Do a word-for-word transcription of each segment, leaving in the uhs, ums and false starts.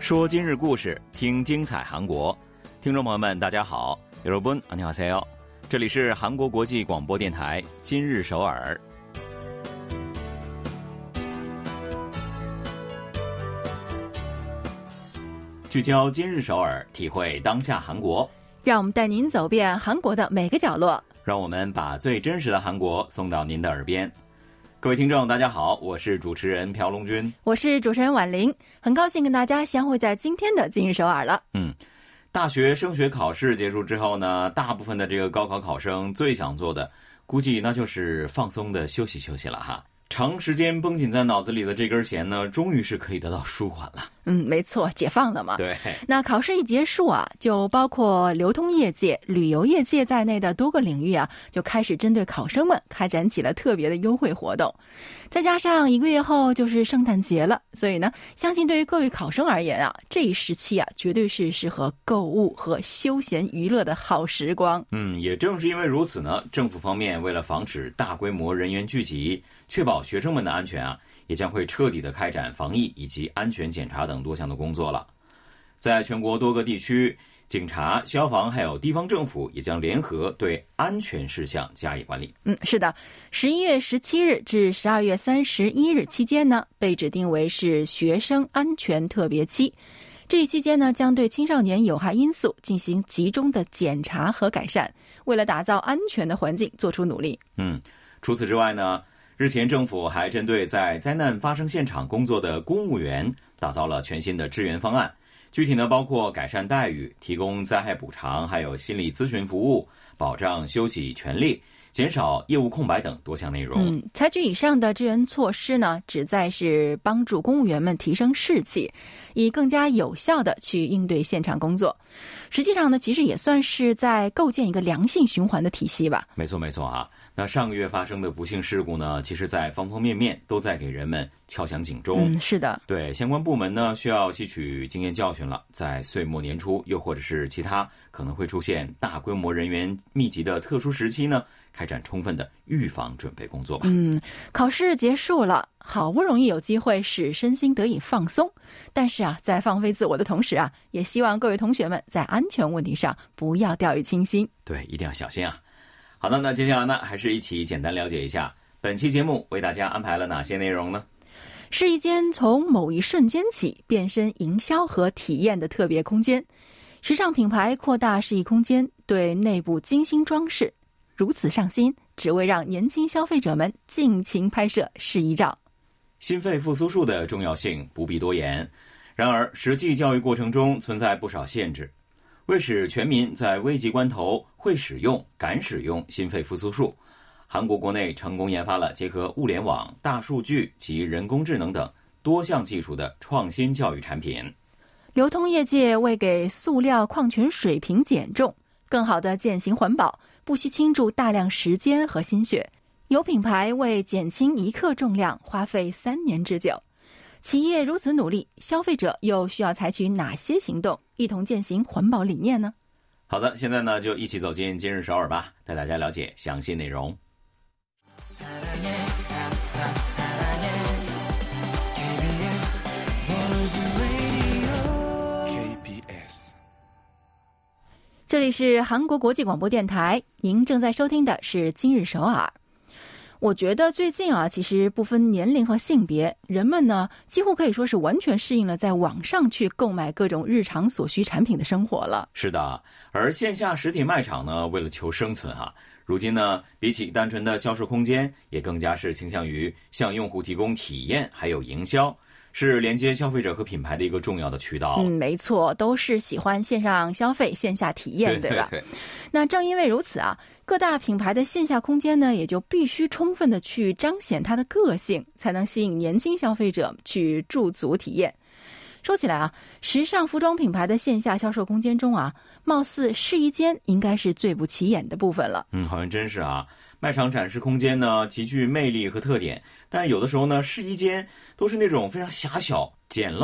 说今日故事，听精彩韩国。听众朋友们，大家好，여러분 안녕하세요。这里是韩国国际广播电台今日首尔。聚焦今日首尔，体会当下韩国。 让我们带您走遍韩国的每个角落， 让我们把最真实的韩国送到您的耳边。各位听众大家好，我是主持人朴龙君， 我是主持人婉玲，很高兴跟大家相会在今天的今日首尔了。 嗯，大学升学考试结束之后呢，大部分的这个高考考生最想做的，估计那就是放松的休息休息了哈。长时间绷紧在脑子里的这根弦呢，终于是可以得到舒缓了。 嗯，没错，解放了嘛。 对。 那考试一结束啊，就包括流通业界、旅游业界在内的多个领域啊，就开始针对考生们开展起了特别的优惠活动。再加上一个月后就是圣诞节了，所以呢，相信对于各位考生而言啊，这一时期啊，绝对是适合购物和休闲娱乐的好时光。 嗯，也正是因为如此呢，政府方面为了防止大规模人员聚集，确保学生们的安全啊，也将会彻底的开展防疫以及安全检查等多项的工作了。在全国多个地区，警察、消防还有地方政府也将联合对安全事项加以管理。 嗯，是的，十一月十七日至十二月三十一日期间呢，被指定为是学生安全特别期。这一期间呢，将对青少年有害因素进行集中的检查和改善，为了打造安全的环境做出努力。 嗯，除此之外呢，日前政府还针对在灾难发生现场工作的公务员打造了全新的支援方案，具体呢包括改善待遇、提供灾害补偿，还有心理咨询服务、保障休息权利、减少业务空白等多项内容。 嗯，采取以上的支援措施呢，旨在是帮助公务员们提升士气，以更加有效的去应对现场工作。实际上呢，其实也算是在构建一个良性循环的体系吧。 没错没错啊。那上个月发生的不幸事故呢，其实在方方面面都在给人们敲响警钟。 嗯，是的。 对，相关部门呢需要吸取经验教训了，在岁末年初又或者是其他可能会出现大规模人员密集的特殊时期呢，开展充分的预防准备工作吧。 嗯，考试结束了，好不容易有机会使身心得以放松，但是啊，在放飞自我的同时啊，也希望各位同学们在安全问题上不要掉以轻心。 对，一定要小心啊。好的，那接下来呢，还是一起简单了解一下本期节目为大家安排了哪些内容呢？ 是一间从某一瞬间起变身营销和体验的特别空间，时尚品牌扩大试衣空间，对内部精心装饰，如此上心，只为让年轻消费者们尽情拍摄试衣照。 心肺复苏术的重要性不必多言，然而实际教育过程中存在不少限制。为使全民在危急关头会使用、敢使用心肺复苏术，韩国国内成功研发了结合物联网、大数据及人工智能等多项技术的创新教育产品。 流通业界为给塑料矿泉水瓶减重，更好地践行环保，不惜倾注大量时间和心血。有品牌为减轻一克重量花费三年之久。企业如此努力，消费者又需要采取哪些行动，一同践行环保理念呢？ 好的，现在呢就一起走进今日首尔吧，带大家了解详细内容。 这里是韩国国际广播电台，您正在收听的是今日首尔。我觉得最近啊，其实不分年龄和性别，人们呢几乎可以说是完全适应了在网上去购买各种日常所需产品的生活了。 是的，而线下实体卖场呢，为了求生存哈、啊，如今呢，比起单纯的销售空间，也更加是倾向于向用户提供体验，还有营销。是连接消费者和品牌的一个重要的渠道。 嗯，没错，都是喜欢线上消费、线下体验， 对吧？ 对对。 那正因为如此啊，各大品牌的线下空间呢，也就必须充分的去彰显它的个性，才能吸引年轻消费者去驻足体验。说起来啊，时尚服装品牌的线下销售空间中啊，貌似试衣间应该是最不起眼的部分了。 嗯，好像真是啊。卖场展示空间呢极具魅力和特点，但有的时候呢，试衣间都是那种非常狭小、简陋，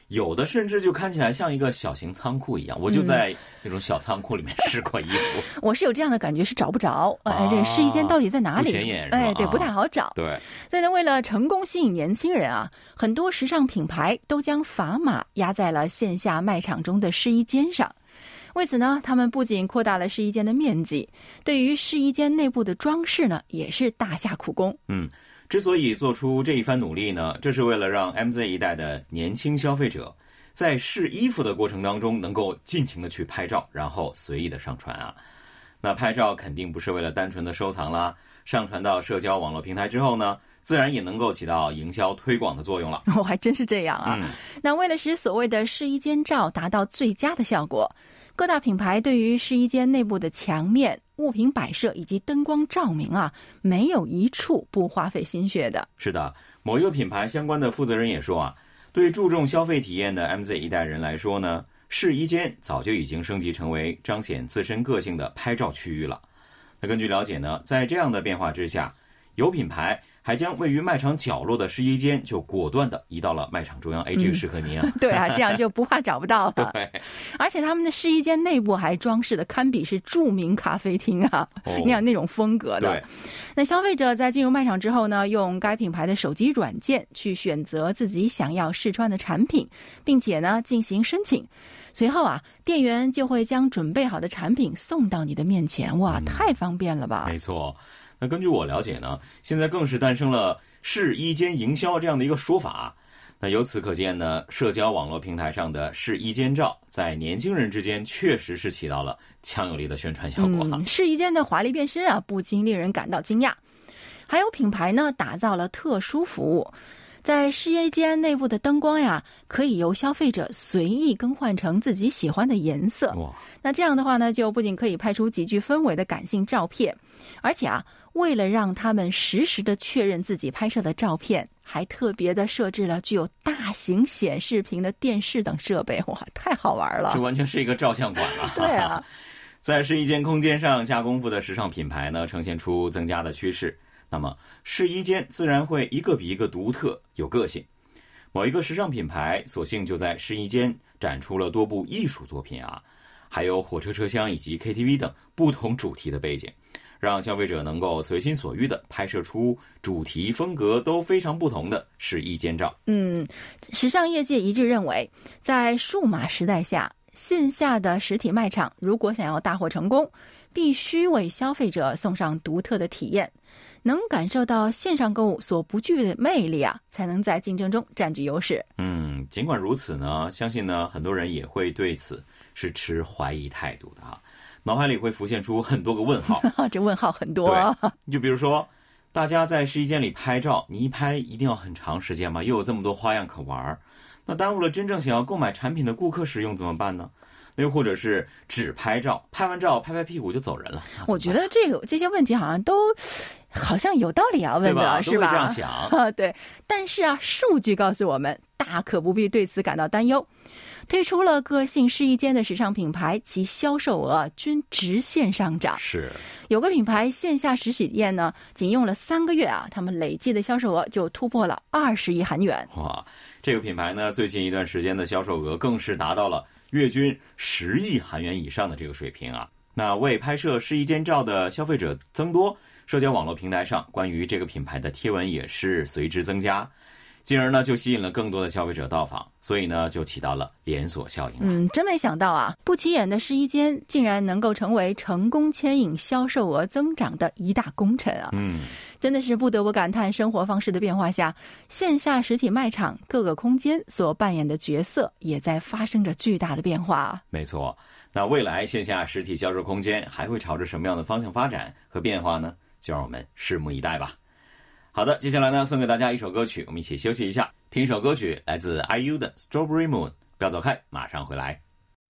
有的甚至就看起来像一个小型仓库一样。我就在那种小仓库里面试过衣服， 嗯、我是有这样的感觉，是找不着。哎、啊，这个试衣间到底在哪里？ 不显眼， 哎，对，不太好找。 对， 所以呢，为了成功吸引年轻人啊，很多时尚品牌都将砝码压在了线下卖场中的试衣间上。为此呢，他们不仅扩大了试衣间的面积，对于试衣间内部的装饰呢，也是大下苦功。 嗯。之所以做出这一番努力呢，这是为了让 M Z 一代的年轻消费者在试衣服的过程当中能够尽情的去拍照，然后随意的上传啊。那拍照肯定不是为了单纯的收藏啦，上传到社交网络平台之后呢，自然也能够起到营销推广的作用了。 哦，还真是这样啊。嗯、那为了使所谓的试衣间照达到最佳的效果，各大品牌对于试衣间内部的墙面、物品摆设以及灯光照明啊，没有一处不花费心血的。 是的，某一个品牌相关的负责人也说啊，对注重消费体验的 M Z 一代人来说呢，试衣间早就已经升级成为彰显自身个性的拍照区域了。那根据了解呢，在这样的变化之下，有品牌还将位于卖场角落的试衣间就果断地移到了卖场中央。哎，这个适合您啊、 嗯！对啊，这样就不怕找不到了。 对， 而且他们的试衣间内部还装饰的堪比是著名咖啡厅啊， 哦、 那样那种风格的。 对， 那消费者在进入卖场之后呢，用该品牌的手机软件去选择自己想要试穿的产品，并且呢进行申请。随后啊，店员就会将准备好的产品送到你的面前。哇， 嗯、 太方便了吧！ 没错。那根据我了解呢，现在更是诞生了试衣间营销这样的一个说法。那由此可见呢，社交网络平台上的试衣间照在年轻人之间确实是起到了强有力的宣传效果。 嗯，试衣间的华丽变身啊，不禁令人感到惊讶。还有品牌呢，打造了特殊服务。在试衣间内部的灯光呀，可以由消费者随意更换成自己喜欢的颜色。 哇， 那这样的话呢，就不仅可以拍出极具氛围的感性照片，而且啊，为了让他们实时的确认自己拍摄的照片，还特别的设置了具有大型显示屏的电视等设备。哇，太好玩了！ 这完全是一个照相馆了。 对啊， 在试衣间空间上下功夫的时尚品牌呢，呈现出增加的趋势。那么试衣间自然会一个比一个独特有个性。某一个时尚品牌索性就在试衣间展出了多部艺术作品啊，还有火车车厢以及 K T V 等不同主题的背景，让消费者能够随心所欲地拍摄出主题风格都非常不同的试衣间照。 嗯，时尚业界一致认为，在数码时代下，线下的实体卖场如果想要大获成功，必须为消费者送上独特的体验，能感受到线上购物所不具备的魅力啊，才能在竞争中占据优势。 嗯，尽管如此呢，相信呢很多人也会对此是持怀疑态度的啊，脑海里会浮现出很多个问号。 这问号很多。 对，就比如说，大家在试衣间里拍照，你一拍一定要很长时间吗？又有这么多花样可玩，那耽误了真正想要购买产品的顾客使用怎么办呢？那又或者是只拍照，拍完照拍拍屁股就走人了。 我觉得这个这些问题好像都好像有道理啊，问的是吧？ 都会这样想啊，对。但是啊，数据告诉我们，大可不必对此感到担忧。推出了个性试衣间的时尚品牌，其销售额均直线上涨。 是， 有个品牌线下实体店呢，仅用了三个月啊，他们累计的销售额就突破了二十亿韩元。 哇，这个品牌呢，最近一段时间的销售额更是达到了月均十亿韩元以上的这个水平啊。那为拍摄试衣间照的消费者增多，社交网络平台上关于这个品牌的贴文也是随之增加，进而呢就吸引了更多的消费者到访，所以呢就起到了连锁效应。 嗯，真没想到啊，不起眼的试衣间竟然能够成为成功牵引销售额增长的一大功臣啊！ 嗯， 真的是不得不感叹，生活方式的变化下，线下实体卖场各个空间所扮演的角色也在发生着巨大的变化啊！ 没错，那未来线下实体销售空间还会朝着什么样的方向发展和变化呢？就让我们拭目以待吧。好的，接下来呢，送给大家一首歌曲，我们一起休息一下，听一首歌曲，来自 I U 的 Strawberry Moon。不要走开，马上回来。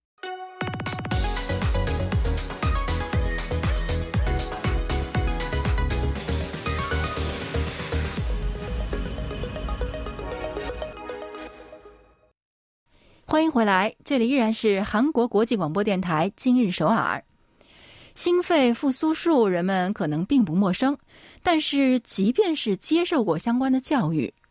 欢迎回来，这里依然是韩国国际广播电台今日首尔。心肺复苏术人们可能并不陌生，但是即便是接受过相关的教育，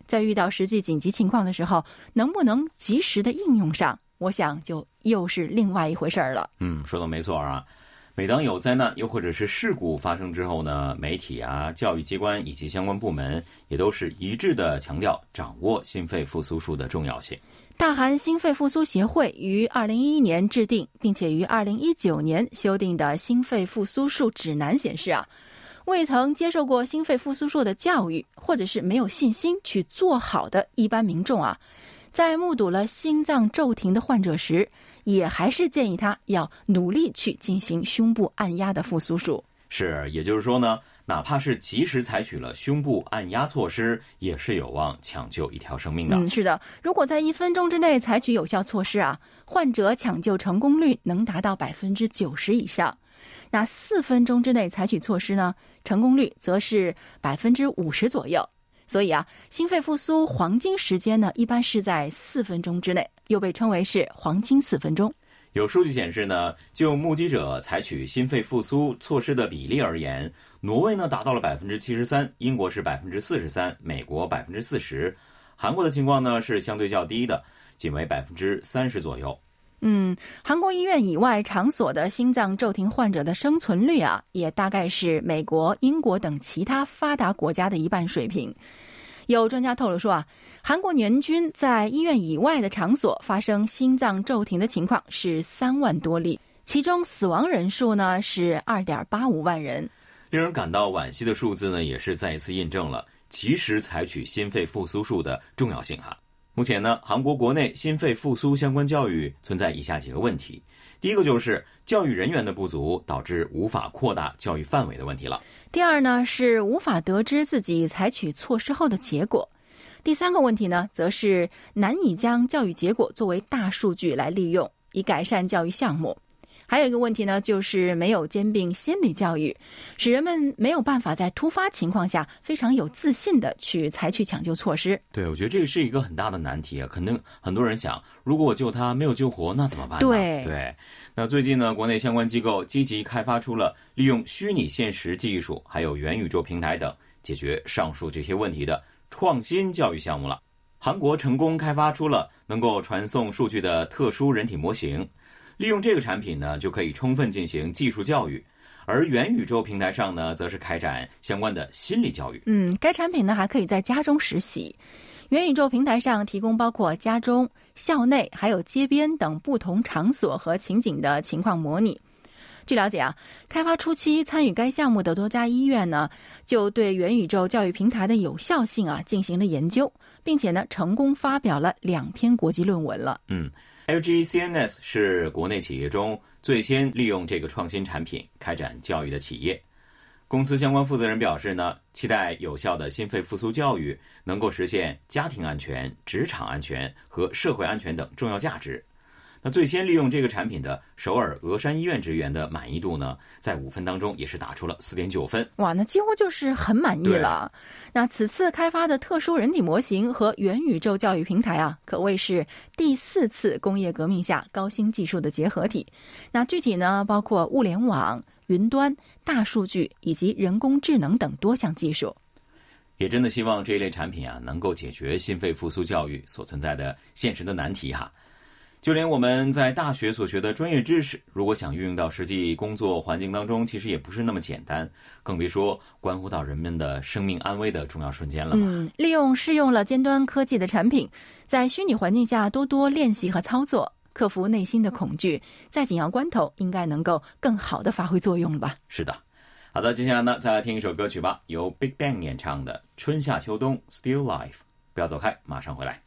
在遇到实际紧急情况的时候，能不能及时的应用上，我想就又是另外一回事儿了。 嗯，说的没错啊。每当有灾难又或者是事故发生之后呢，媒体啊、教育机关以及相关部门也都是一致的强调掌握心肺复苏术的重要性。 大韩心肺复苏协会于二零一一年制定，并且于二零一九年修订的心肺复苏术指南显示啊，未曾接受过心肺复苏术的教育，或者是没有信心去做好的一般民众啊，在目睹了心脏骤停的患者时，也还是建议他要努力去进行胸部按压的复苏术。 是，也就是说呢，哪怕是及时采取了胸部按压措施，也是有望抢救一条生命的。 嗯，是的，如果在一分钟之内采取有效措施啊，患者抢救成功率能达到百分之九十以上。那四分钟之内采取措施呢，成功率则是百分之五十左右。所以啊，心肺复苏黄金时间呢，一般是在四分钟之内，又被称为是黄金四分钟。 有数据显示呢，就目击者采取心肺复苏措施的比例而言，挪威呢达到了百分之七十三，英国是百分之四十三，美国百分之四十，韩国的情况呢是相对较低的，仅为百分之三十左右。 嗯，韩国医院以外场所的心脏骤停患者的生存率啊，也大概是美国、英国等其他发达国家的一半水平。有专家透露说啊，韩国年均在医院以外的场所发生心脏骤停的情况是三万多例，其中死亡人数呢是二点八五万人。 令人感到惋惜的数字呢，也是再一次印证了及时采取心肺复苏术的重要性哈。目前呢，韩国国内心肺复苏相关教育存在以下几个问题。第一个就是教育人员的不足，导致无法扩大教育范围的问题了。 第二呢，是无法得知自己采取措施后的结果。第三个问题呢，则是难以将教育结果作为大数据来利用，以改善教育项目。还有一个问题呢，就是没有兼并心理教育，使人们没有办法在突发情况下非常有自信的去采取抢救措施。 对，我觉得这个是一个很大的难题啊。可能很多人想，如果我救他没有救活，那怎么办呢？ 对对。那最近呢，国内相关机构积极开发出了利用虚拟现实技术，还有元宇宙平台等解决上述这些问题的创新教育项目了。韩国成功开发出了能够传送数据的特殊人体模型，利用这个产品呢，就可以充分进行技术教育。而元宇宙平台上呢，则是开展相关的心理教育。 嗯，该产品呢还可以在家中实习。元宇宙平台上提供包括家中、校内还有街边等不同场所和情景的情况模拟。据了解啊，开发初期参与该项目的多家医院呢，就对元宇宙教育平台的有效性啊进行了研究，并且呢成功发表了两篇国际论文了。 嗯 ，L G C N S 是国内企业中最先利用这个创新产品开展教育的企业。公司相关负责人表示呢，期待有效的心肺复苏教育能够实现家庭安全、职场安全和社会安全等重要价值。那最先利用这个产品的首尔峨山医院职员的满意度呢，在五分当中也是打出了四点九分。 哇，那几乎就是很满意了。那此次开发的特殊人体模型和元宇宙教育平台啊，可谓是第四次工业革命下高新技术的结合体。那具体呢，包括物联网、云端、大数据以及人工智能等多项技术。 也真的希望这一类产品啊，能够解决心肺复苏教育所存在的现实的难题哈。就连我们在大学所学的专业知识，如果想运用到实际工作环境当中，其实也不是那么简单，更别说关乎到人们的生命安危的重要瞬间了嘛。 嗯，利用适用了尖端科技的产品，在虚拟环境下多多练习和操作，克服内心的恐惧，在紧要关头应该能够更好的发挥作用了吧。 是的。好的，接下来呢，再来听一首歌曲吧，由 Big Bang 演唱的《春夏秋冬 Still Life》。不要走开，马上回来。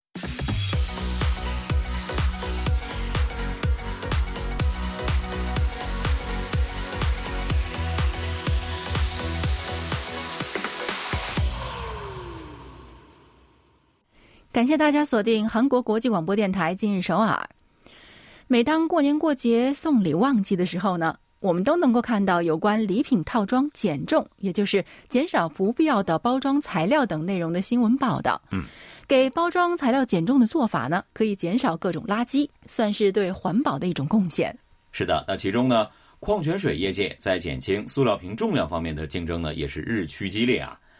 感谢大家锁定韩国国际广播电台今日首尔。每当过年过节送礼旺季的时候呢，我们都能够看到有关礼品套装减重，也就是减少不必要的包装材料等内容的新闻报道。 嗯， 给包装材料减重的做法呢，可以减少各种垃圾，算是对环保的一种贡献。 是的，那其中呢，矿泉水业界在减轻塑料瓶重量方面的竞争呢，也是日趋激烈啊。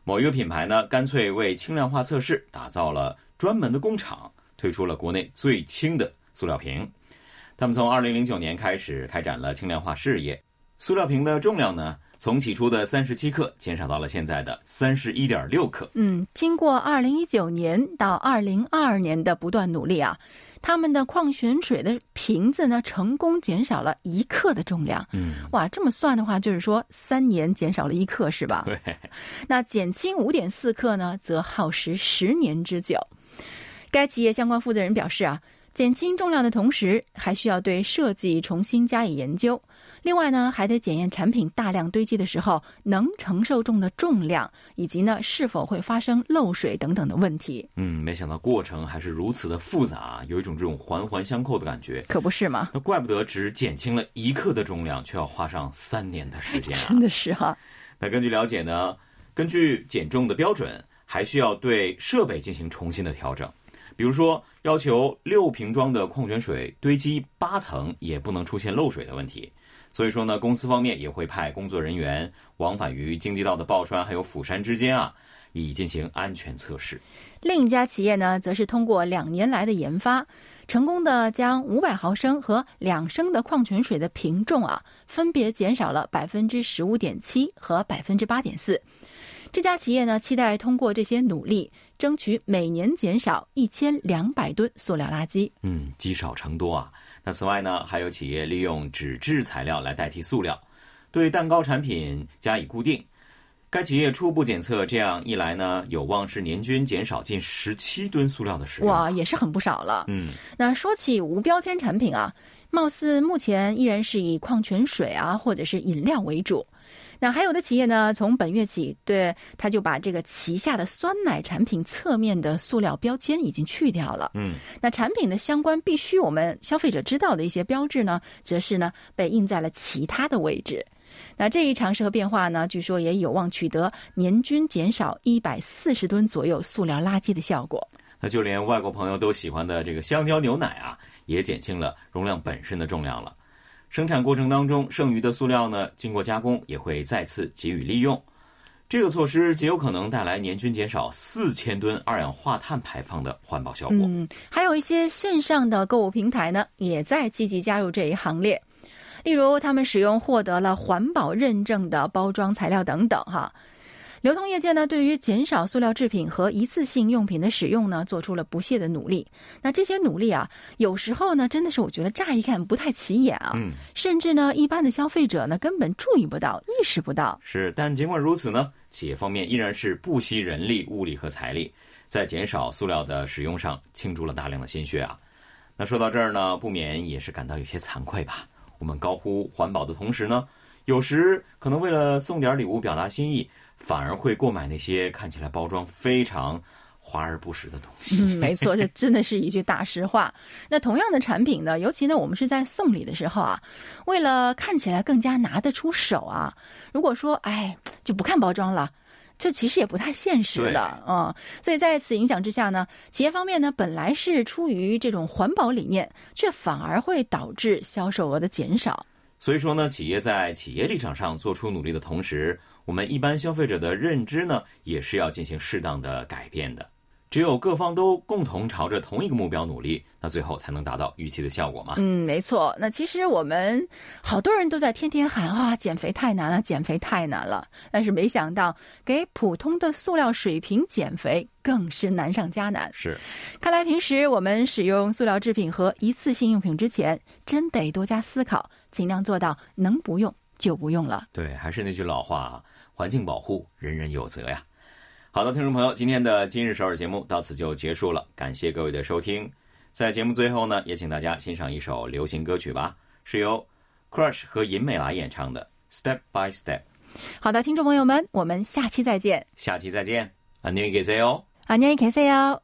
某一个品牌呢，干脆为轻量化测试打造了专门的工厂，推出了国内最轻的塑料瓶。他们从二零零九年开始开展了轻量化事业，塑料瓶的重量呢，从起初的三十七克减少到了现在的三十一点六克。 嗯，经过二零一九年到二零二二年的不断努力啊，他们的矿泉水的瓶子呢，成功减少了一克的重量。 嗯， 哇，这么算的话，就是说三年减少了一克，是吧？ 对。 那减轻五点四克呢，则耗时十年之久。该企业相关负责人表示啊，减轻重量的同时，还需要对设计重新加以研究。另外呢，还得检验产品大量堆积的时候能承受重的重量，以及呢是否会发生漏水等等的问题。 嗯，没想到过程还是如此的复杂，有一种这种环环相扣的感觉。 可不是吗？ 那怪不得只减轻了一克的重量，却要花上三年的时间啊！ 真的是哈、啊。 那根据了解呢，根据减重的标准，还需要对设备进行重新的调整。比如说，要求六瓶装的矿泉水堆积八层也不能出现漏水的问题。所以说呢，公司方面也会派工作人员往返于京畿道的抱川还有釜山之间啊，以进行安全测试。 另一家企业呢，则是通过两年来的研发，成功的将五百毫升和两升的矿泉水的瓶重啊，分别减少了百分之十五点七和百分之八点四。这家企业呢，期待通过这些努力，争取每年减少一千两百吨塑料垃圾。 嗯，积少成多啊。那此外呢，还有企业利用纸质材料来代替塑料，对蛋糕产品加以固定。该企业初步检测，这样一来呢，有望是年均减少近十七吨塑料的使用。 哇，也是很不少了。 嗯，那说起无标签产品啊，貌似目前依然是以矿泉水啊或者是饮料为主。那还有的企业呢，从本月起，对他就把这个旗下的酸奶产品侧面的塑料标签已经去掉了。 嗯， 那产品的相关必须我们消费者知道的一些标志呢，则是呢被印在了其他的位置。那这一尝试和变化呢，据说也有望取得年均减少一百四十吨左右塑料垃圾的效果。 那就连外国朋友都喜欢的这个香蕉牛奶啊，也减轻了容量本身的重量了。生产过程当中剩余的塑料呢，经过加工也会再次给予利用。这个措施极有可能带来年均减少四千吨二氧化碳排放的环保效果。 嗯，还有一些线上的购物平台呢，也在积极加入这一行列。例如，他们使用获得了环保认证的包装材料等等哈。流通业界呢，对于减少塑料制品和一次性用品的使用呢，做出了不懈的努力。那这些努力啊，有时候呢，真的是我觉得乍一看不太起眼啊， 嗯， 甚至呢，一般的消费者呢，根本注意不到、意识不到。 是，但尽管如此呢，企业方面依然是不惜人力、物力和财力，在减少塑料的使用上倾注了大量的心血啊。那说到这儿呢，不免也是感到有些惭愧吧。我们高呼环保的同时呢，有时可能为了送点礼物表达心意，反而会购买那些看起来包装非常华而不实的东西。 嗯，没错，这真的是一句大实话。那同样的产品呢，尤其呢，我们是在送礼的时候啊，为了看起来更加拿得出手啊，如果说哎就不看包装了，这其实也不太现实的，嗯，所以在此影响之下呢，企业方面呢，本来是出于这种环保理念，却反而会导致销售额的减少。 所以说呢，企业在企业立场上做出努力的同时，我们一般消费者的认知呢，也是要进行适当的改变的。只有各方都共同朝着同一个目标努力，那最后才能达到预期的效果嘛。 嗯，没错。那其实我们好多人都在天天喊啊，减肥太难了，减肥太难了。但是没想到，给普通的塑料水瓶减肥更是难上加难。 是， 看来平时我们使用塑料制品和一次性用品之前，真得多加思考，尽量做到能不用就不用了。 对，还是那句老话，环境保护人人有责呀。好的，听众朋友，今天的今日首尔节目到此就结束了，感谢各位的收听。在节目最后呢，也请大家欣赏一首流行歌曲吧，是由 Crush 和尹美来演唱的 Step by Step。 好的，听众朋友们，我们下期再见。 下期再见，안녕히 계세요。 안녕히 계세요。